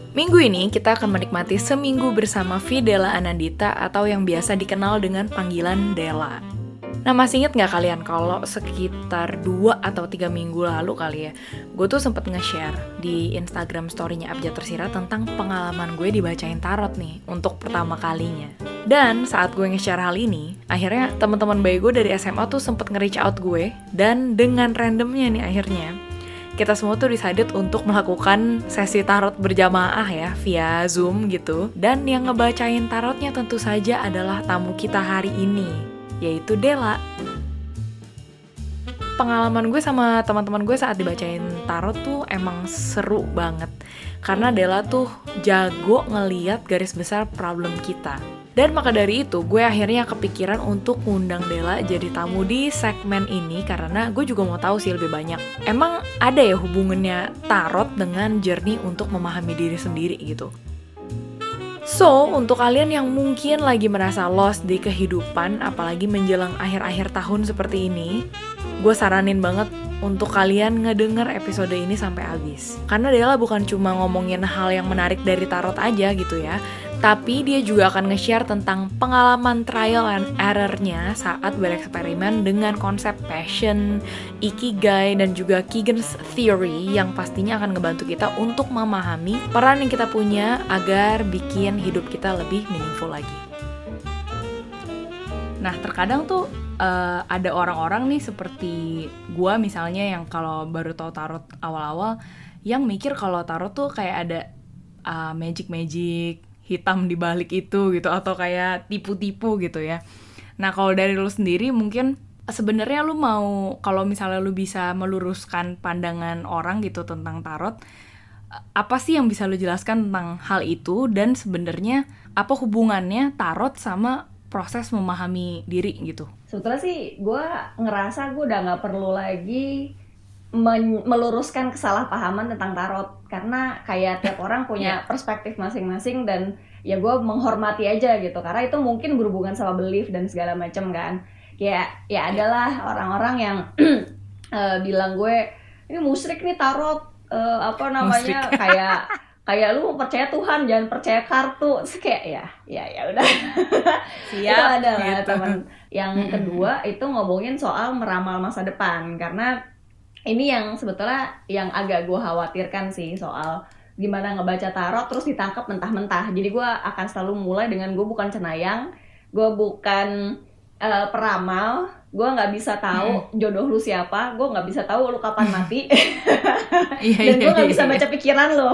Minggu ini kita akan menikmati seminggu bersama Videla Anandita atau yang biasa dikenal dengan panggilan Dela. Nah, masih inget gak kalian kalau sekitar 2 atau 3 minggu lalu kali ya, gue tuh sempet nge-share di Instagram story-nya Abjad Tersirat tentang pengalaman gue dibacain tarot nih untuk pertama kalinya. Dan saat gue nge-share hal ini, akhirnya teman-teman baik gue dari SMA tuh sempet nge-reach out gue, dan dengan randomnya nih akhirnya kita semua tuh decided untuk melakukan sesi tarot berjamaah ya, via Zoom gitu. Dan yang ngebacain tarotnya tentu saja adalah tamu kita hari ini, yaitu Dela. Pengalaman gue sama teman-teman gue saat dibacain tarot tuh emang seru banget. Karena Dela tuh jago ngeliat garis besar problem kita. Dan maka dari itu, gue akhirnya kepikiran untuk ngundang Dela jadi tamu di segmen ini karena gue juga mau tahu sih lebih banyak. Emang ada ya hubungannya tarot dengan journey untuk memahami diri sendiri gitu. So, untuk kalian yang mungkin lagi merasa lost di kehidupan, apalagi menjelang akhir-akhir tahun seperti ini, gue saranin banget untuk kalian ngedenger episode ini sampai habis. Karena Dela bukan cuma ngomongin hal yang menarik dari tarot aja gitu ya, tapi dia juga akan nge-share tentang pengalaman trial and error-nya saat bereksperimen dengan konsep passion, ikigai, dan juga Keegan's Theory yang pastinya akan ngebantu kita untuk memahami peran yang kita punya agar bikin hidup kita lebih meaningful lagi. Nah, terkadang tuh ada orang-orang nih seperti gue misalnya yang kalau baru tahu tarot awal-awal yang mikir kalau tarot tuh kayak ada magic hitam di balik itu gitu atau kayak tipu-tipu gitu ya. Nah, kalau dari lu sendiri mungkin sebenarnya lu mau kalau misalnya lu bisa meluruskan pandangan orang gitu tentang tarot, apa sih yang bisa lu jelaskan tentang hal itu dan sebenarnya apa hubungannya tarot sama proses memahami diri gitu? Sebetulnya sih gue ngerasa gue udah gak perlu lagi meluruskan kesalahpahaman tentang tarot karena kayak tiap orang punya perspektif masing-masing dan ya gue menghormati aja gitu karena itu mungkin berhubungan sama belief dan segala macam kan. Ya adalah orang-orang yang bilang gue ini musyrik nih tarot, kayak lu percaya Tuhan jangan percaya kartu. Terus kayak ya udah. Siap. Itu adalah gitu. Teman. Yang kedua itu ngomongin soal meramal masa depan karena ini yang sebetulnya yang agak gue khawatirkan sih soal gimana ngebaca tarot terus ditangkap mentah-mentah. Jadi gue akan selalu mulai dengan gue bukan cenayang, gue bukan peramal, gue nggak bisa tahu jodoh lu siapa, gue nggak bisa tahu lu kapan mati, dan gue nggak bisa baca pikiran lo.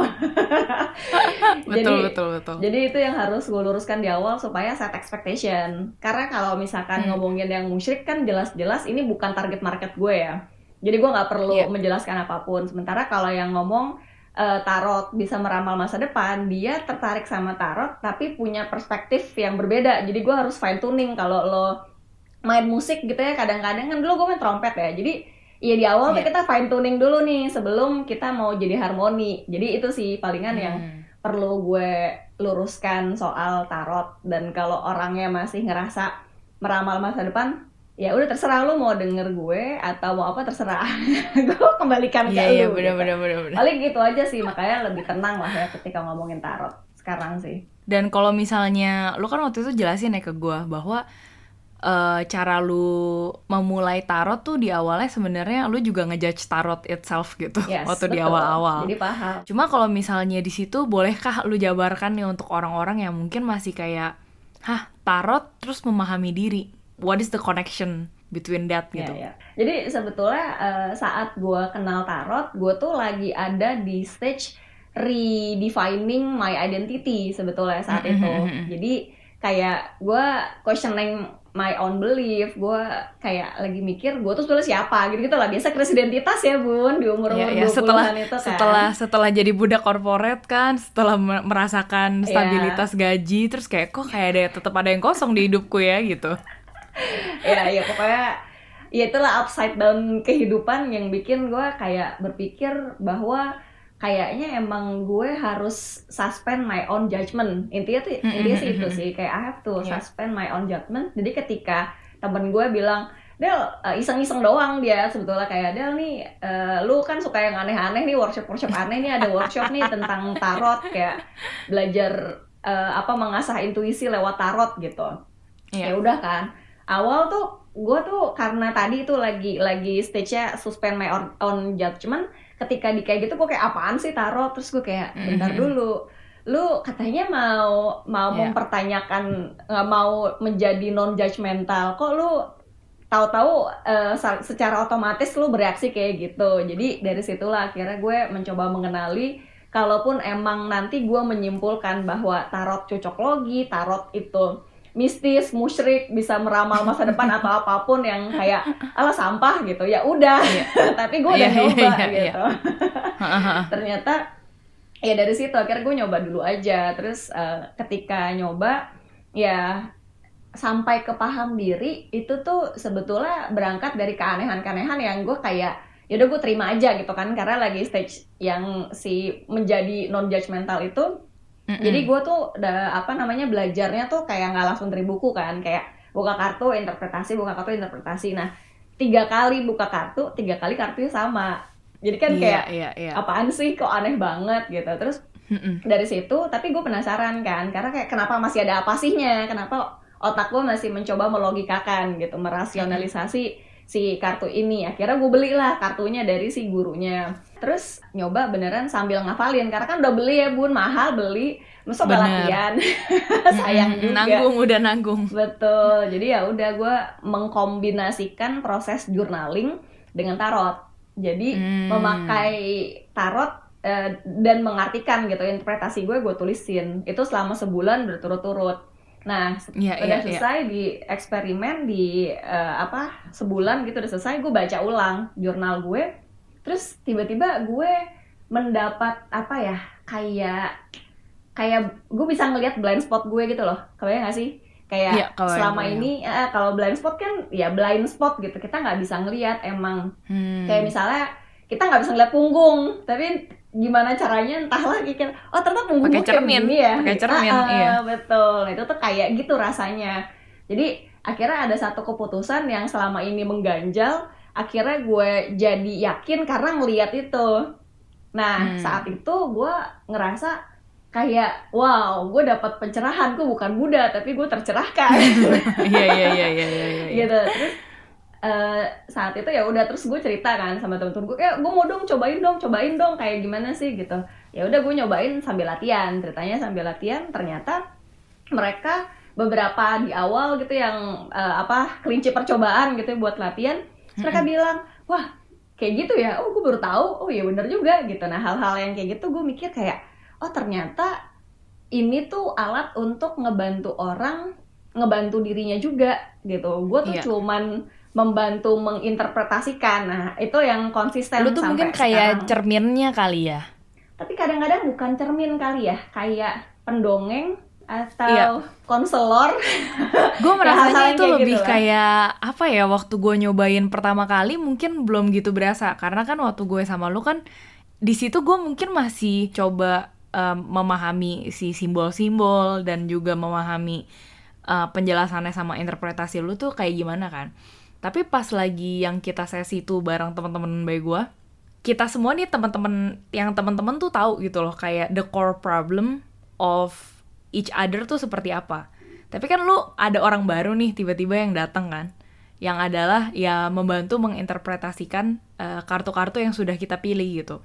betul. Jadi itu yang harus gue luruskan di awal supaya set expectation. Karena kalau misalkan ngomongin yang musyrik kan jelas-jelas ini bukan target market gue ya. Jadi gue nggak perlu menjelaskan apapun. Sementara kalau yang ngomong tarot bisa meramal masa depan, dia tertarik sama tarot tapi punya perspektif yang berbeda. Jadi gue harus fine tuning. Kalau lo main musik gitu ya, kadang-kadang kan dulu gue main trompet ya. Jadi ya di awal tuh kita fine tuning dulu nih sebelum kita mau jadi harmoni. Jadi itu sih palingan yang perlu gue luruskan soal tarot. Dan kalau orangnya masih ngerasa meramal masa depan, ya udah terserah lu mau denger gue atau mau apa terserah. Gue kembalikan ke lu. Iya bener. Paling gitu aja sih, makanya lebih tenang lah ya ketika ngomongin tarot sekarang sih. Dan kalau misalnya lu kan waktu itu jelasin ya ke gue bahwa cara lu memulai tarot tuh di awalnya sebenarnya lu juga ngejudge tarot itself gitu. Yes, waktu betul. Di awal-awal. Jadi paham. Cuma kalau misalnya di situ bolehkah lu jabarkan nih untuk orang-orang yang mungkin masih kayak tarot terus memahami diri? What is the connection between that gitu? Ya. Jadi sebetulnya saat gue kenal tarot, gue tuh lagi ada di stage redefining my identity sebetulnya saat itu. Jadi kayak gue questioning my own belief, gue kayak lagi mikir gue tuh sebenarnya siapa gitu lah. Biasa krisis identitas ya bun di umur-umur 20-an itu kan. Setelah jadi budak korporat kan, setelah merasakan stabilitas gaji, terus kayak kok kayak tetap ada yang kosong di hidupku ya gitu. ya pokoknya ya itulah upside down kehidupan yang bikin gue kayak berpikir bahwa kayaknya emang gue harus suspend my own judgment. Intinya sih itu sih kayak I have to suspend my own judgment. Jadi ketika temen gue bilang Del iseng-iseng doang dia sebetulnya, kayak Del nih lu kan suka yang aneh-aneh nih, workshop aneh nih, ada workshop nih tentang tarot, kayak belajar mengasah intuisi lewat tarot gitu. Ya udah kan, awal tuh gue tuh karena tadi itu lagi stage-nya suspend my own judgment, ketika di kayak gitu gue kayak apaan sih tarot, terus gue kayak bentar dulu, lu katanya mau mempertanyakan, nggak mau menjadi non judgmental, kok lu tahu-tahu secara otomatis lu bereaksi kayak gitu. Jadi dari situlah akhirnya gue mencoba mengenali, kalaupun emang nanti gue menyimpulkan bahwa tarot cocok logi, tarot itu mistis, musyrik, bisa meramal masa depan atau apapun yang kayak ala sampah gitu, ya udah. Tapi gue udah nyoba gitu. Ternyata ya dari situ akhirnya gue nyoba dulu aja. Terus ketika nyoba ya sampai ke paham diri itu tuh sebetulnya berangkat dari keanehan-keanehan yang gue kayak yaudah gue terima aja gitu kan, karena lagi stage yang si menjadi non judgmental itu. Jadi gue tuh belajarnya tuh kayak nggak langsung dari buku kan, kayak buka kartu interpretasi. Nah 3 kali buka kartu, 3 kali kartunya sama. Jadi kan kayak apaan sih, kok aneh banget gitu. Terus dari situ, tapi gue penasaran kan, karena kayak kenapa masih ada apa sihnya, kenapa otak gue masih mencoba melogikakan gitu, merasionalisasi si kartu ini. Akhirnya gue belilah kartunya dari si gurunya. Terus nyoba beneran sambil ngafalin, karena kan udah beli ya bun, mahal beli, masa gak latihan. Sayang juga. Udah nanggung. Betul. Jadi ya udah gue mengkombinasikan proses journaling dengan tarot. Jadi memakai tarot dan mengartikan gitu, interpretasi gue tulisin. Itu selama sebulan berturut-turut. Nah, udah selesai di eksperimen di sebulan gitu udah selesai, gue baca ulang jurnal gue. Terus tiba-tiba gue mendapat kayak gue bisa ngelihat blind spot gue gitu loh. Kebayang gak sih? Kayak selama ini kalau blind spot kan ya blind spot gitu, kita nggak bisa ngelihat emang. Kayak misalnya kita nggak bisa ngeliat punggung, tapi gimana caranya entahlah, pikir ternyata punggung gue kayak gini ya, pakai cermin. Betul. Nah, itu tuh kayak gitu rasanya. Jadi akhirnya ada satu keputusan yang selama ini mengganjal, akhirnya gue jadi yakin karena ngeliat itu. Nah saat itu gue ngerasa kayak wow, gue dapat pencerahan, gue bukan Buddha tapi gue tercerahkan. Iya. Gitu. Terus saat itu ya udah, terus gue cerita kan sama temen-temen gue, kayak gue mau cobain dong kayak gimana sih gitu. Ya udah gue nyobain sambil latihan, ceritanya sambil latihan. Ternyata mereka beberapa di awal gitu yang kelinci percobaan gitu buat latihan, mereka bilang wah kayak gitu ya, gue baru tahu, ya bener juga gitu. Nah hal-hal yang kayak gitu gue mikir kayak ternyata ini tuh alat untuk ngebantu orang, ngebantu dirinya juga gitu. Gue tuh cuman membantu menginterpretasikan. Nah itu yang konsisten. Lu tuh sampai mungkin kayak sekarang. Cerminnya kali ya. Tapi kadang-kadang bukan cermin kali ya, kayak pendongeng atau konselor. Gue merasanya itu lebih gitu kayak apa ya, waktu gue nyobain pertama kali mungkin belum gitu berasa, karena kan waktu gue sama lu kan di situ gue mungkin masih coba memahami si simbol-simbol dan juga memahami penjelasannya sama interpretasi lu tuh kayak gimana kan. Tapi pas lagi yang kita sesi tuh bareng teman-teman baik gue, kita semua nih teman-teman tuh tahu gitu loh, kayak the core problem of each other tuh seperti apa. Tapi kan lu ada orang baru nih tiba-tiba yang datang kan, yang adalah ya membantu menginterpretasikan kartu-kartu yang sudah kita pilih gitu.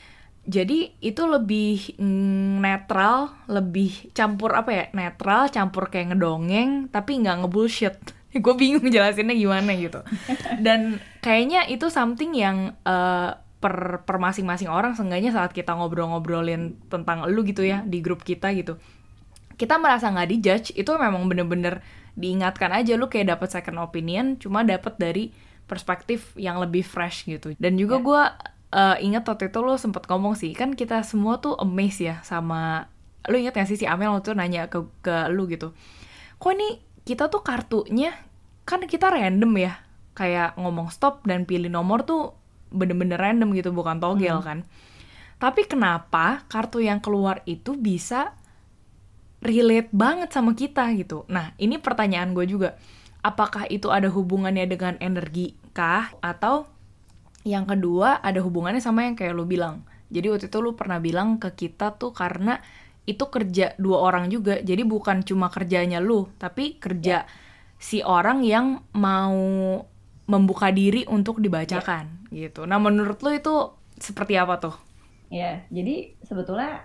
Jadi itu lebih netral, lebih campur netral, campur kayak ngedongeng tapi nggak ngebullshit. Gue bingung jelasinnya gimana gitu. Dan kayaknya itu something yang per masing-masing orang, seenggaknya saat kita ngobrol-ngobrolin tentang lu gitu ya di grup kita gitu, kita merasa nggak dijudge. Itu memang bener-bener diingatkan aja, lu kayak dapet second opinion, cuma dapet dari perspektif yang lebih fresh gitu. Dan juga gue ingat waktu itu lu sempet ngomong sih, kan kita semua tuh amazed ya sama, lu ingat gak sih si Amel tuh nanya ke lu gitu, kok nih kita tuh kartunya kan kita random ya, kayak ngomong stop dan pilih nomor tuh bener-bener random gitu, bukan togel kan. Tapi kenapa kartu yang keluar itu bisa relate banget sama kita gitu. Nah ini pertanyaan gue juga, apakah itu ada hubungannya dengan energi kah, atau yang kedua ada hubungannya sama yang kayak lu bilang. Jadi waktu itu lu pernah bilang ke kita tuh karena itu kerja dua orang juga, jadi bukan cuma kerjanya lu, tapi kerja si orang yang mau membuka diri untuk dibacakan gitu. Nah menurut lu itu seperti apa tuh? Ya, jadi sebetulnya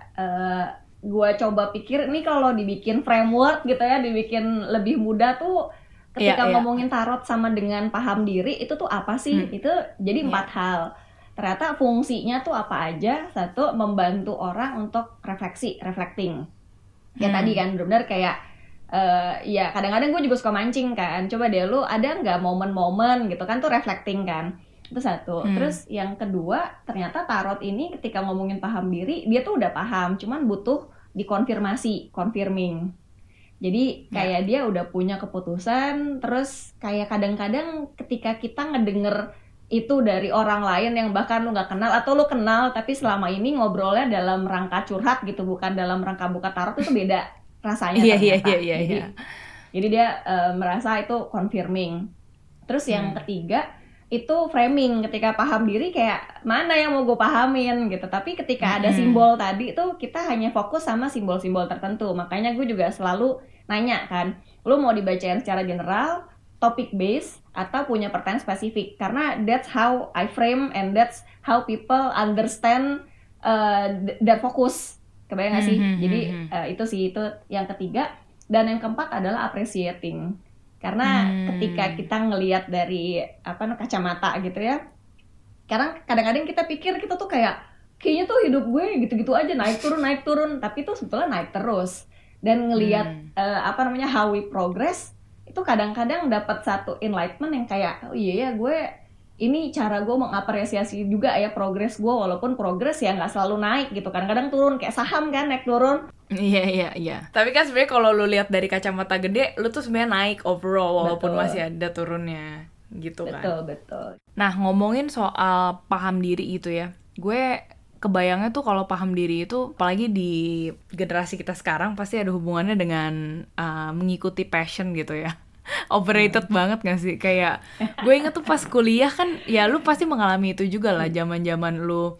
gue coba pikir ini kalau dibikin framework gitu ya, dibikin lebih mudah tuh ketika ngomongin tarot sama dengan paham diri itu tuh apa sih? Itu jadi 4 hal. Ternyata fungsinya tuh apa aja? Satu, membantu orang untuk reflecting. Ya tadi kan benar-benar kayak ya kadang-kadang gue juga suka mancing kan. Coba deh lu ada nggak momen-momen gitu kan tuh reflecting kan. Itu satu. Terus yang kedua, ternyata tarot ini ketika ngomongin paham diri, dia tuh udah paham, cuman butuh dikonfirmasi, confirming. Jadi kayak dia udah punya keputusan, terus kayak kadang-kadang ketika kita ngedenger itu dari orang lain yang bahkan lu nggak kenal atau lu kenal tapi selama ini ngobrolnya dalam rangka curhat gitu, bukan dalam rangka buka tarot, itu beda rasanya ternyata. Jadi dia merasa itu confirming. Terus yang ketiga itu framing, ketika paham diri kayak mana yang mau gue pahamin gitu. Tapi ketika ada simbol tadi itu kita hanya fokus sama simbol-simbol tertentu. Makanya gue juga selalu nanya kan, lu mau dibacain secara general, topic based, atau punya pertanyaan spesifik, karena that's how I frame and that's how people understand their focus. Kebayang gak sih? Jadi itu yang ketiga. Dan yang keempat adalah appreciating, karena ketika kita ngelihat dari kacamata gitu ya, karena kadang-kadang kita pikir kita tuh kayaknya tuh hidup gue gitu-gitu aja, naik turun, tapi itu sebetulnya naik terus. Dan ngelihat how we progress, itu kadang-kadang dapat satu enlightenment yang kayak, oh iya ya, gue ini cara gue mengapresiasi juga ya progress gue, walaupun progress ya nggak selalu naik gitu, kadang-kadang turun kayak saham kan, naik turun. Iya. Tapi kan sebenarnya kalau lu lihat dari kacamata gede, lu tuh sebenarnya naik overall walaupun masih ada turunnya gitu kan. Betul. Nah, ngomongin soal paham diri itu ya, gue kebayangnya tuh kalau paham diri itu, apalagi di generasi kita sekarang, pasti ada hubungannya dengan mengikuti passion gitu ya. Overrated banget gak sih? Kayak gue inget tuh pas kuliah kan, ya lu pasti mengalami itu juga lah, zaman-zaman lu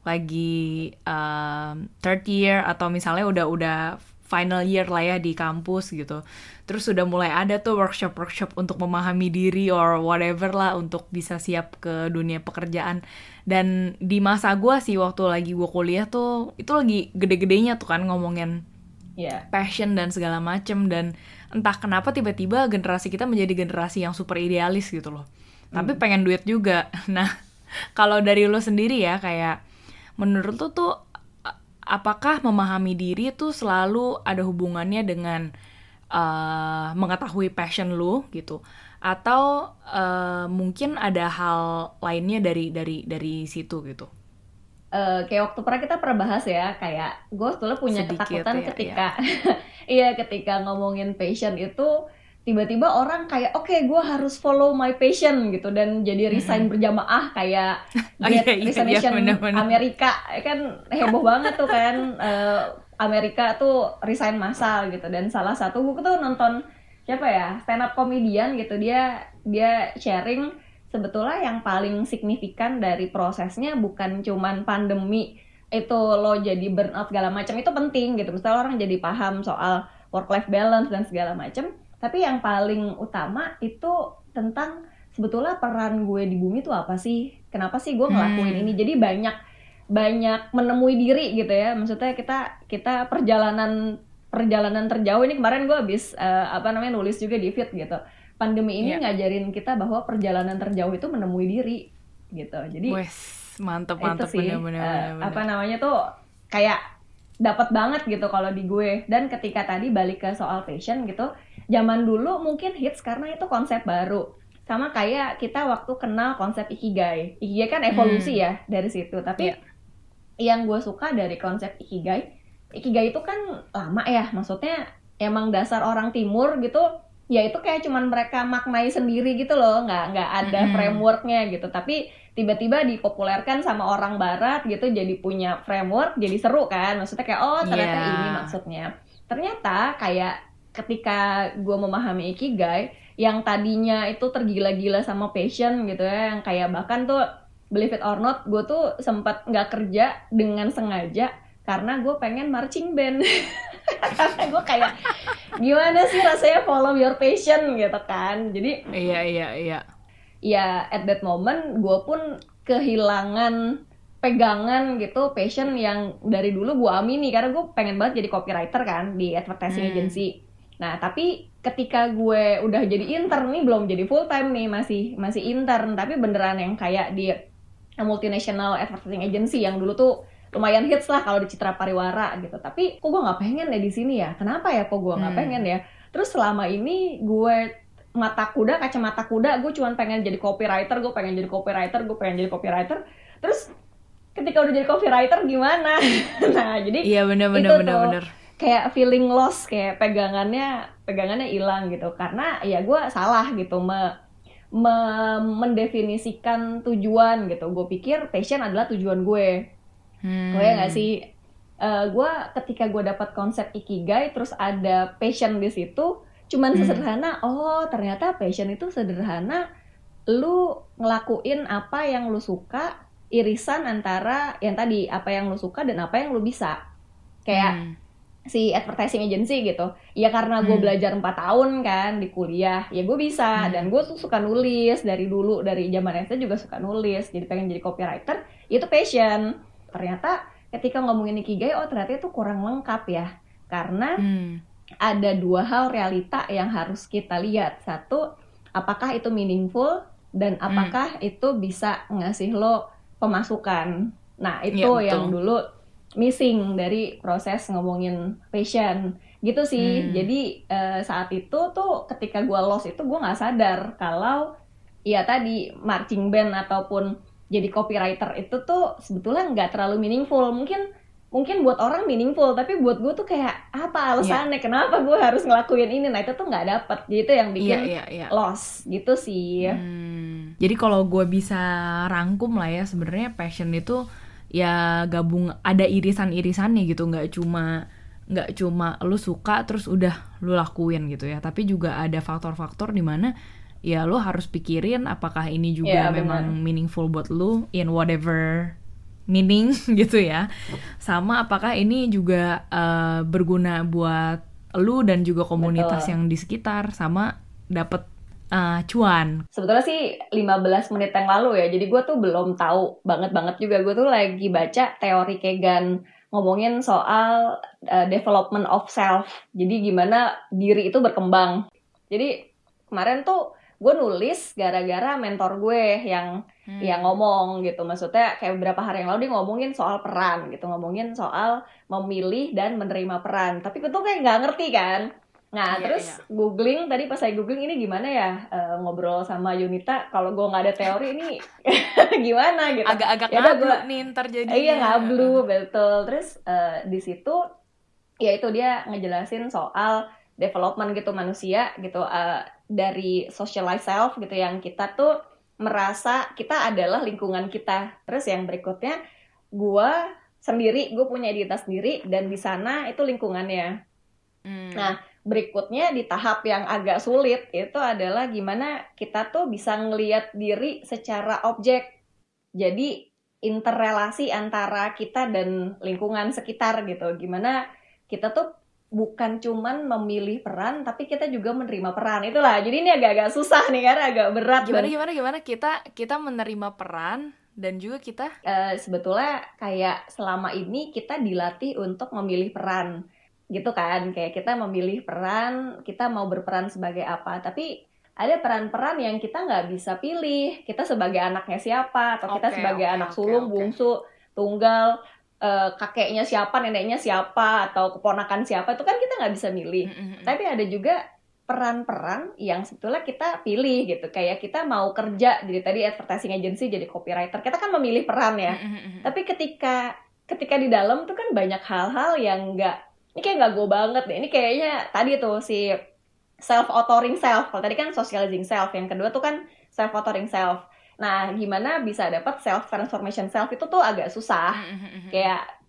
lagi third year atau misalnya udah final year lah ya di kampus gitu. Terus udah mulai ada tuh workshop untuk memahami diri or whatever lah untuk bisa siap ke dunia pekerjaan. Dan di masa gue sih waktu lagi gue kuliah tuh, itu lagi gede-gedenya tuh kan ngomongin passion dan segala macem. Dan entah kenapa tiba-tiba generasi kita menjadi generasi yang super idealis gitu loh. Tapi pengen duit juga. Nah, kalau dari lo sendiri ya, kayak menurut lo tuh apakah memahami diri tuh selalu ada hubungannya dengan mengetahui passion lo gitu, atau mungkin ada hal lainnya dari situ gitu? Kayak waktu kita pernah bahas ya, kayak gue sebetulnya punya sedikit ketakutan ya, ketika ketika ngomongin passion itu tiba-tiba orang kayak oke, gue harus follow my passion gitu, dan jadi resign berjamaah kayak resignation Amerika kan heboh banget tuh kan. Amerika tuh resign massal gitu. Dan salah satu gue tuh nonton stand up comedian gitu, dia sharing sebetulnya yang paling signifikan dari prosesnya bukan cuman pandemi itu lo jadi burnout segala macam, itu penting gitu, misalnya orang jadi paham soal work life balance dan segala macam, tapi yang paling utama itu tentang sebetulnya peran gue di bumi itu apa sih, kenapa sih gue ngelakuin ini. Jadi banyak menemui diri gitu ya, maksudnya kita perjalanan terjauh ini. Kemarin gue habis nulis juga di feed gitu, pandemi ini ngajarin kita bahwa perjalanan terjauh itu menemui diri gitu. Jadi mantep bener. Tuh kayak dapat banget gitu kalau di gue. Dan ketika tadi balik ke soal passion gitu, zaman dulu mungkin hits karena itu konsep baru, sama kayak kita waktu kenal konsep ikigai kan evolusi ya dari situ. Tapi yang gue suka dari konsep ikigai itu kan lama ya, maksudnya emang dasar orang timur gitu ya, itu kayak cuman mereka maknai sendiri gitu loh, nggak ada frameworknya gitu. Tapi tiba-tiba dipopulerkan sama orang barat gitu, jadi punya framework, jadi seru kan, maksudnya kayak oh ternyata ini maksudnya. Ternyata kayak ketika gue memahami Ikigai, yang tadinya itu tergila-gila sama passion gitu ya, yang kayak bahkan tuh believe it or not, gue tuh sempat nggak kerja dengan sengaja karena gue pengen marching band. Karena gue kayak gimana sih rasanya follow your passion gitu kan. Jadi Iya. ya at that moment gue pun kehilangan pegangan gitu, passion yang dari dulu gue amini, karena gue pengen banget jadi copywriter kan di advertising agency. Nah tapi ketika gue udah jadi intern nih, belum jadi full time nih, masih intern, tapi beneran yang kayak di multinational advertising agency yang dulu tuh lumayan hits lah kalau di Citra Pariwara gitu. Tapi kok gue nggak pengen ya di sini ya? Kenapa ya kok gue nggak pengen ya? Terus selama ini gue kacamata kuda, gue cuma pengen jadi copywriter. Terus ketika udah jadi copywriter gimana? Nah jadi iya bener. Kayak feeling lost, kayak pegangannya hilang gitu. Karena ya gue salah gitu mendefinisikan tujuan gitu. Gue pikir passion adalah tujuan gue. Gue nggak sih? Gue ketika gue dapat konsep Ikigai, terus ada passion di situ, cuman sesederhana, oh ternyata passion itu sederhana, lu ngelakuin apa yang lu suka, irisan antara yang tadi apa yang lu suka dan apa yang lu bisa. Kayak si advertising agency gitu. Ya karena gue belajar 4 tahun kan di kuliah, ya gue bisa. Dan gue tuh suka nulis dari dulu, dari zaman SD juga suka nulis. Jadi pengen jadi copywriter, itu passion. Ternyata ketika ngomongin Ikigai, oh ternyata itu kurang lengkap ya. Karena ada 2 hal realita yang harus kita lihat. Satu, apakah itu meaningful, dan apakah itu bisa ngasih lo pemasukan. Nah itu yang dulu missing dari proses ngomongin passion gitu sih. Jadi saat itu tuh ketika gue lost itu, gue nggak sadar kalau ya tadi marching band ataupun jadi copywriter itu tuh sebetulnya nggak terlalu meaningful. Mungkin buat orang meaningful, tapi buat gue tuh kayak apa alasannya, kenapa gue harus ngelakuin ini. Nah itu tuh nggak dapet, jadi itu yang bikin lost gitu sih. Jadi kalau gue bisa rangkum lah ya, sebenarnya passion itu ya gabung, ada irisan-irisannya gitu, nggak cuma lu suka terus udah lu lakuin gitu ya, tapi juga ada faktor-faktor di mana ya lu harus pikirin apakah ini juga memang meaningful buat lu in whatever meaning gitu ya, sama apakah ini juga berguna buat lu dan juga komunitas yang di sekitar, sama dapet cuan. Sebetulnya sih 15 menit yang lalu ya, jadi gue tuh belum tahu banget juga. Gue tuh lagi baca teori Kegan ngomongin soal development of self. Jadi gimana diri itu berkembang. Jadi kemarin tuh gue nulis gara-gara mentor gue yang ngomong gitu. Maksudnya kayak beberapa hari yang lalu dia ngomongin soal peran gitu, ngomongin soal memilih dan menerima peran. Tapi gue tuh kayak nggak ngerti kan. Nah terus googling, tadi pas saya googling ini gimana ya ngobrol sama Yunita kalau gue nggak ada teori ini gimana gitu. Agak ngablu nih ntar jadinya. Iya ngablu, betul. Terus di situ ya itu dia ngejelasin soal development gitu manusia gitu, dari socialized self gitu, yang kita tuh merasa kita adalah lingkungan kita. Terus yang berikutnya gue punya identitas sendiri dan di sana itu lingkungannya. Nah berikutnya di tahap yang agak sulit itu adalah gimana kita tuh bisa ngelihat diri secara objek. Jadi interrelasi antara kita dan lingkungan sekitar gitu. Gimana kita tuh bukan cuman memilih peran, tapi kita juga menerima peran. Itulah. Jadi ini agak-agak susah nih karena agak berat. Gimana kita menerima peran dan juga kita sebetulnya kayak selama ini kita dilatih untuk memilih peran. Gitu kan, kayak kita memilih peran, kita mau berperan sebagai apa, tapi ada peran-peran yang kita nggak bisa pilih. Kita sebagai anaknya siapa, atau kita sebagai anak sulung, bungsu, tunggal, kakeknya siapa, neneknya siapa, atau keponakan siapa, itu kan kita nggak bisa milih. Tapi ada juga peran-peran yang sebetulnya kita pilih gitu, kayak kita mau kerja jadi tadi advertising agency, jadi copywriter, kita kan memilih peran ya. Tapi ketika di dalam tuh kan banyak hal-hal yang ini kayak nggak gue banget deh. Ini kayaknya tadi tuh si self-authoring self. Kalau tadi kan socializing self. Yang kedua tuh kan self-authoring self. Nah, gimana bisa dapat self-transformation self itu tuh agak susah. Kayak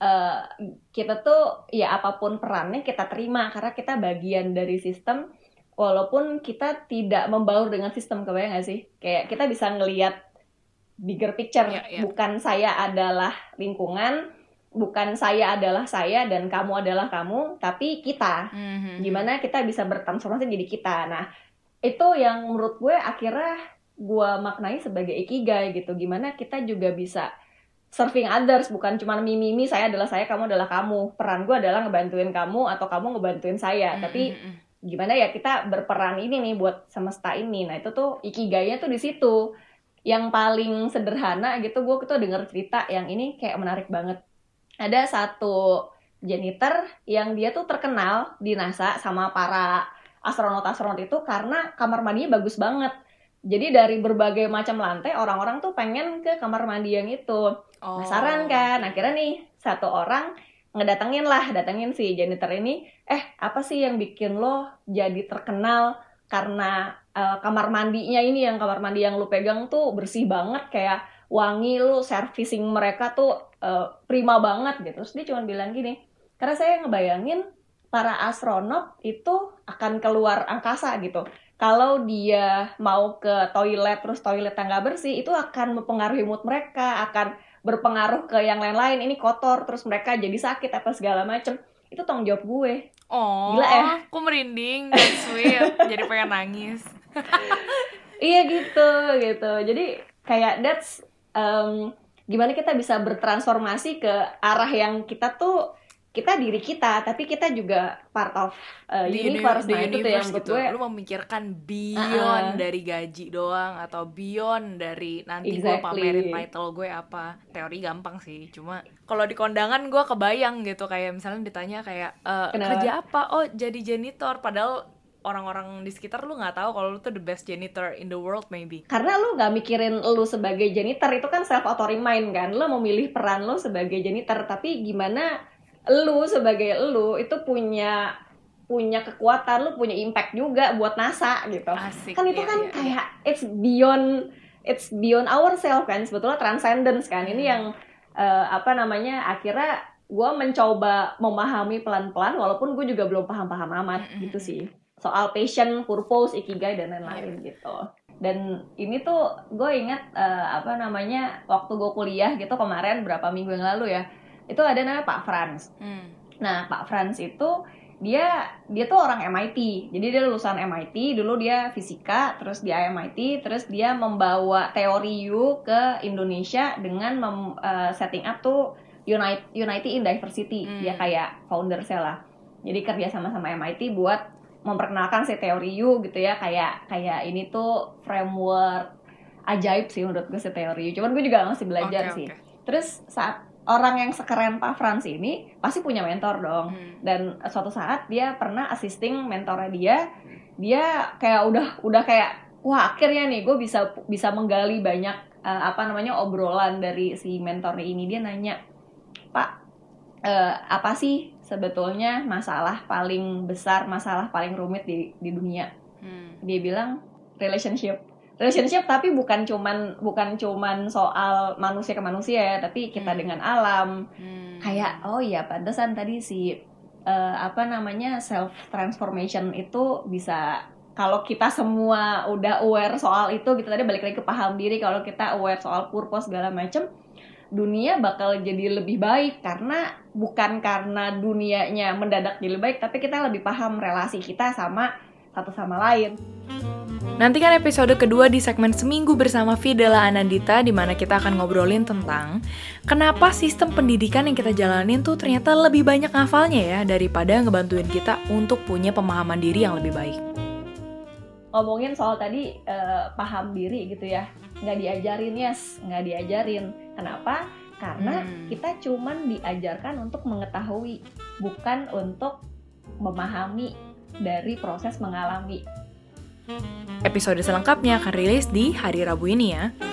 uh, kita tuh ya apapun perannya kita terima karena kita bagian dari sistem, walaupun kita tidak membaur dengan sistem. Kebayang gak sih? Kayak kita bisa ngelihat bigger picture. Bukan saya adalah lingkungan, bukan saya adalah saya dan kamu adalah kamu, tapi kita. Gimana kita bisa bertransformasi jadi kita. Nah, itu yang menurut gue akhirnya gue maknai sebagai ikigai gitu. Gimana kita juga bisa serving others, bukan cuma mimi, saya adalah saya, kamu adalah kamu. Peran gue adalah ngebantuin kamu atau kamu ngebantuin saya. Tapi gimana ya kita berperan ini nih buat semesta ini. Nah, itu tuh ikigainya tuh di situ. Yang paling sederhana gitu, gue tuh denger cerita yang ini kayak menarik banget. Ada satu janitor yang dia tuh terkenal di NASA sama para astronot-astronot itu karena kamar mandinya bagus banget. Jadi dari berbagai macam lantai, orang-orang tuh pengen ke kamar mandi yang itu. Penasaran kan? Akhirnya nih, satu orang datengin si janitor ini, apa sih yang bikin lo jadi terkenal? Karena kamar mandinya ini, yang kamar mandi yang lo pegang tuh bersih banget, kayak wangi, lo servicing mereka tuh prima banget gitu. Terus dia cuma bilang gini, karena saya ngebayangin para astronot itu akan keluar angkasa gitu. Kalau dia mau ke toilet terus toiletnya nggak bersih, itu akan mempengaruhi mood mereka, akan berpengaruh ke yang lain-lain. Ini kotor terus mereka jadi sakit apa segala macem. Itu tanggung jawab gue. Gila ya? Aku merinding, that's sweet. Jadi pengen nangis. Iya gitu. Jadi kayak that's gimana kita bisa bertransformasi ke arah yang kita tuh, kita diri kita, tapi kita juga part of universe. Nah, itu tuh yang buat gitu. Lu memikirkan beyond dari gaji doang, atau beyond dari nanti gue pamerin title gue apa. Teori gampang sih, cuma kalau di kondangan gue kebayang gitu, kayak misalnya ditanya kayak kerja apa? Oh, jadi janitor. Padahal orang-orang di sekitar lu nggak tahu kalau lu tuh the best janitor in the world maybe. Karena lu nggak mikirin lu sebagai janitor, itu kan self auto-remind kan. Lu memilih peran lu sebagai janitor, tapi gimana lu sebagai lu itu punya kekuatan, lu punya impact juga buat NASA gitu. Asik, kan itu kan kayak it's beyond ourselves kan, sebetulnya transcendence kan. Ini yang akhirnya gue mencoba memahami pelan-pelan, walaupun gue juga belum paham-paham amat gitu sih, soal passion, purpose, ikigai dan lain-lain gitu. Dan ini tuh gue ingat waktu gue kuliah gitu kemarin berapa minggu yang lalu ya, itu ada namanya Pak Franz. Nah, Pak Franz itu dia tuh orang MIT. Jadi dia lulusan MIT, dulu dia fisika, terus dia MIT, terus dia membawa teori U ke Indonesia dengan setting up tuh Unity in Diversity. Dia kayak foundersnya lah. Jadi kerja sama-sama MIT buat memperkenalkan si teori U gitu ya, kayak ini tuh framework ajaib sih menurut gue si teori U. Cuman gue juga masih belajar sih. Terus saat orang yang sekeren Pak Franz ini pasti punya mentor dong. Dan suatu saat dia pernah assisting mentornya dia kayak udah kayak wah, akhirnya nih gue bisa menggali banyak obrolan dari si mentornya ini. Dia nanya, Pak, apa sih sebetulnya masalah paling besar, masalah paling rumit di dunia? Dia bilang relationship, tapi bukan cuman soal manusia ke manusia ya, tapi kita dengan alam. Kayak oh iya, pantesan tadi si self transformation itu bisa, kalau kita semua udah aware soal itu gitu, tadi balik lagi ke paham diri, kalau kita aware soal purpose segala macem, dunia bakal jadi lebih baik. Karena bukan karena dunianya mendadak jadi baik, tapi kita lebih paham relasi kita sama satu sama lain. Nantikan episode kedua di segmen Seminggu bersama Fidela Anandita, di mana kita akan ngobrolin tentang kenapa sistem pendidikan yang kita jalanin tuh ternyata lebih banyak ngafalnya ya daripada ngebantuin kita untuk punya pemahaman diri yang lebih baik. Ngomongin soal tadi paham diri gitu ya, nggak diajarin. Kenapa? Karena kita cuman diajarkan untuk mengetahui, bukan untuk memahami dari proses mengalami. Episode selengkapnya akan rilis di hari Rabu ini ya.